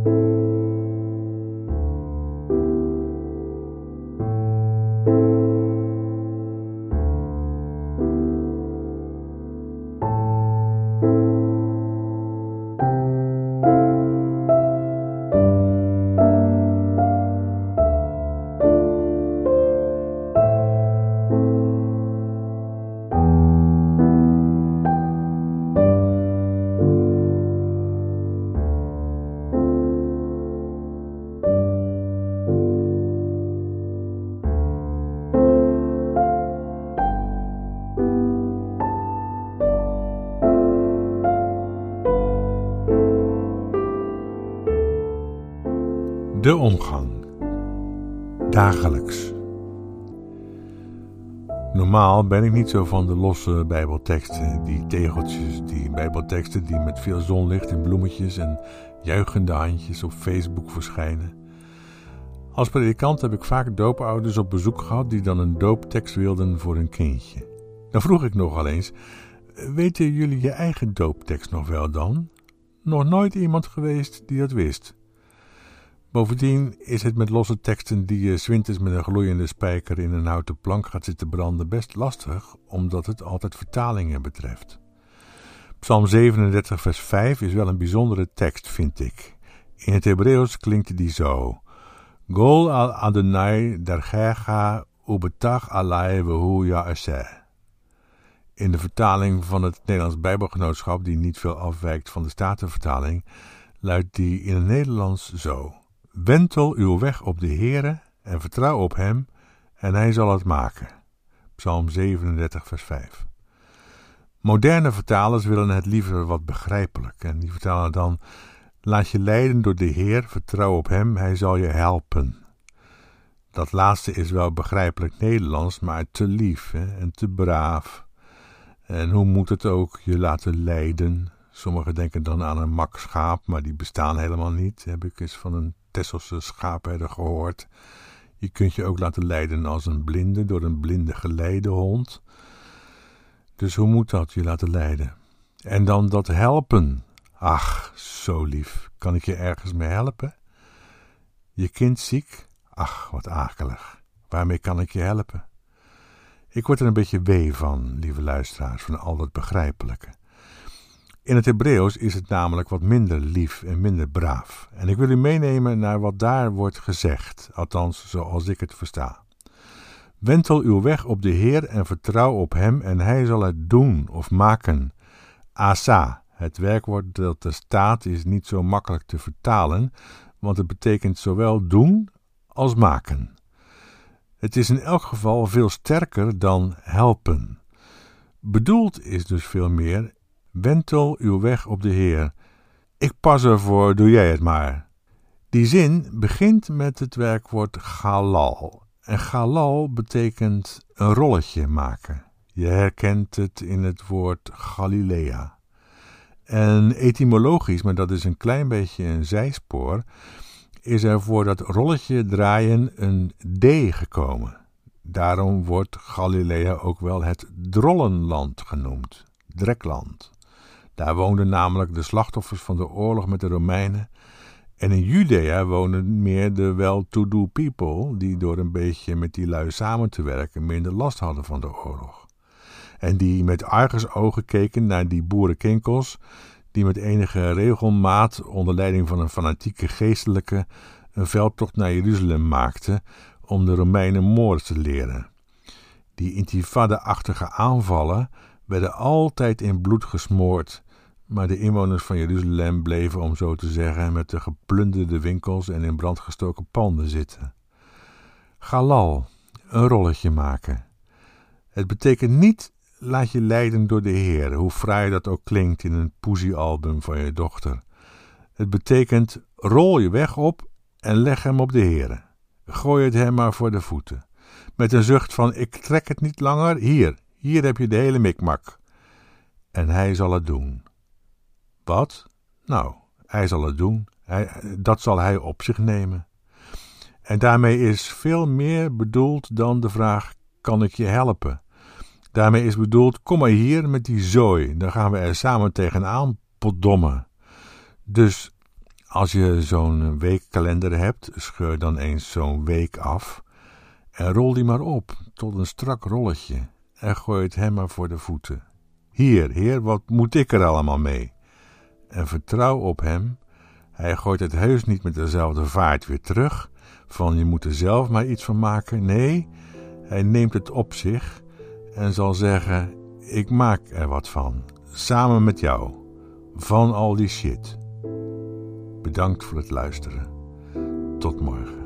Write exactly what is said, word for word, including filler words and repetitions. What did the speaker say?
De omgang. Dagelijks. Normaal ben ik niet zo van de losse bijbelteksten, die tegeltjes, die bijbelteksten die met veel zonlicht en bloemetjes en juichende handjes op Facebook verschijnen. Als predikant heb ik vaak doopouders op bezoek gehad die dan een dooptekst wilden voor hun kindje. Dan vroeg ik nogal eens, weten jullie je eigen dooptekst nog wel dan? Nog nooit iemand geweest die dat wist. Bovendien is het met losse teksten die je 's winters met een gloeiende spijker in een houten plank gaat zitten branden best lastig, omdat het altijd vertalingen betreft. Psalm zevenendertig vers vijf is wel een bijzondere tekst, vind ik. In het Hebreeuws klinkt die zo: Gol al Adonai dergecha ubetach alai vehu ya'aseh. In de vertaling van het Nederlands Bijbelgenootschap, die niet veel afwijkt van de Statenvertaling, luidt die in het Nederlands zo: Wentel uw weg op de Heere en vertrouw op hem en hij zal het maken. Psalm zevenendertig vers vijf. Moderne vertalers willen het liever wat begrijpelijk en die vertalen dan: laat je leiden door de Heer, vertrouw op hem, hij zal je helpen. Dat laatste is wel begrijpelijk Nederlands, maar te lief hè, en te braaf. En hoe moet het ook, je laten leiden? Sommigen denken dan aan een mak schaap, maar die bestaan helemaal niet, heb ik eens van een Tesselse schaapherder gehoord. Je kunt je ook laten leiden als een blinde, door een blinde geleidehond. Dus hoe moet dat, je laten leiden? En dan dat helpen. Ach, zo lief. Kan ik je ergens mee helpen? Je kind ziek? Ach, wat akelig. Waarmee kan ik je helpen? Ik word er een beetje wee van, lieve luisteraars, van al dat begrijpelijke. In het Hebreeuws is het namelijk wat minder lief en minder braaf. En ik wil u meenemen naar wat daar wordt gezegd, althans zoals ik het versta. Wentel uw weg op de Heer en vertrouw op hem en hij zal het doen of maken. Asa, het werkwoord dat er staat, is niet zo makkelijk te vertalen, want het betekent zowel doen als maken. Het is in elk geval veel sterker dan helpen. Bedoeld is dus veel meer: wentel uw weg op de Heer. Ik pas ervoor, doe jij het maar. Die zin begint met het werkwoord galal. En galal betekent een rolletje maken. Je herkent het in het woord Galilea. En etymologisch, maar dat is een klein beetje een zijspoor, is er voor dat rolletje draaien een D gekomen. Daarom wordt Galilea ook wel het Drollenland genoemd, Drekland. Daar woonden namelijk de slachtoffers van de oorlog met de Romeinen. En in Judea woonden meer de well-to-do people, die door een beetje met die lui samen te werken minder last hadden van de oorlog. En die met argusogen keken naar die boerenkinkels, die met enige regelmaat onder leiding van een fanatieke geestelijke een veldtocht naar Jeruzalem maakten om de Romeinen moord te leren. Die intifada-achtige aanvallen werden altijd in bloed gesmoord, maar de inwoners van Jeruzalem bleven, om zo te zeggen, met de geplunderde winkels en in brand gestoken panden zitten. Galal, een rolletje maken. Het betekent niet: laat je leiden door de Heer, hoe fraai dat ook klinkt in een poesiealbum van je dochter. Het betekent: rol je weg op en leg hem op de Heer. Gooi het hem maar voor de voeten. Met een zucht van: ik trek het niet langer, hier, hier heb je de hele mikmak. En hij zal het doen. Wat? Nou, hij zal het doen. Hij, dat zal hij op zich nemen. En daarmee is veel meer bedoeld dan de vraag: kan ik je helpen? Daarmee is bedoeld: kom maar hier met die zooi, dan gaan we er samen tegenaan potdommen. Dus Als je zo'n weekkalender hebt, scheur dan eens zo'n week af en rol die maar op tot een strak rolletje en gooi het hem maar voor de voeten. Hier, Heer, wat moet ik er allemaal mee? En vertrouw op hem. Hij gooit het heus niet met dezelfde vaart weer terug, van je moet er zelf maar iets van maken. Nee, hij neemt het op zich en zal zeggen, ik maak er wat van, samen met jou, van al die shit. Bedankt voor het luisteren. Tot morgen.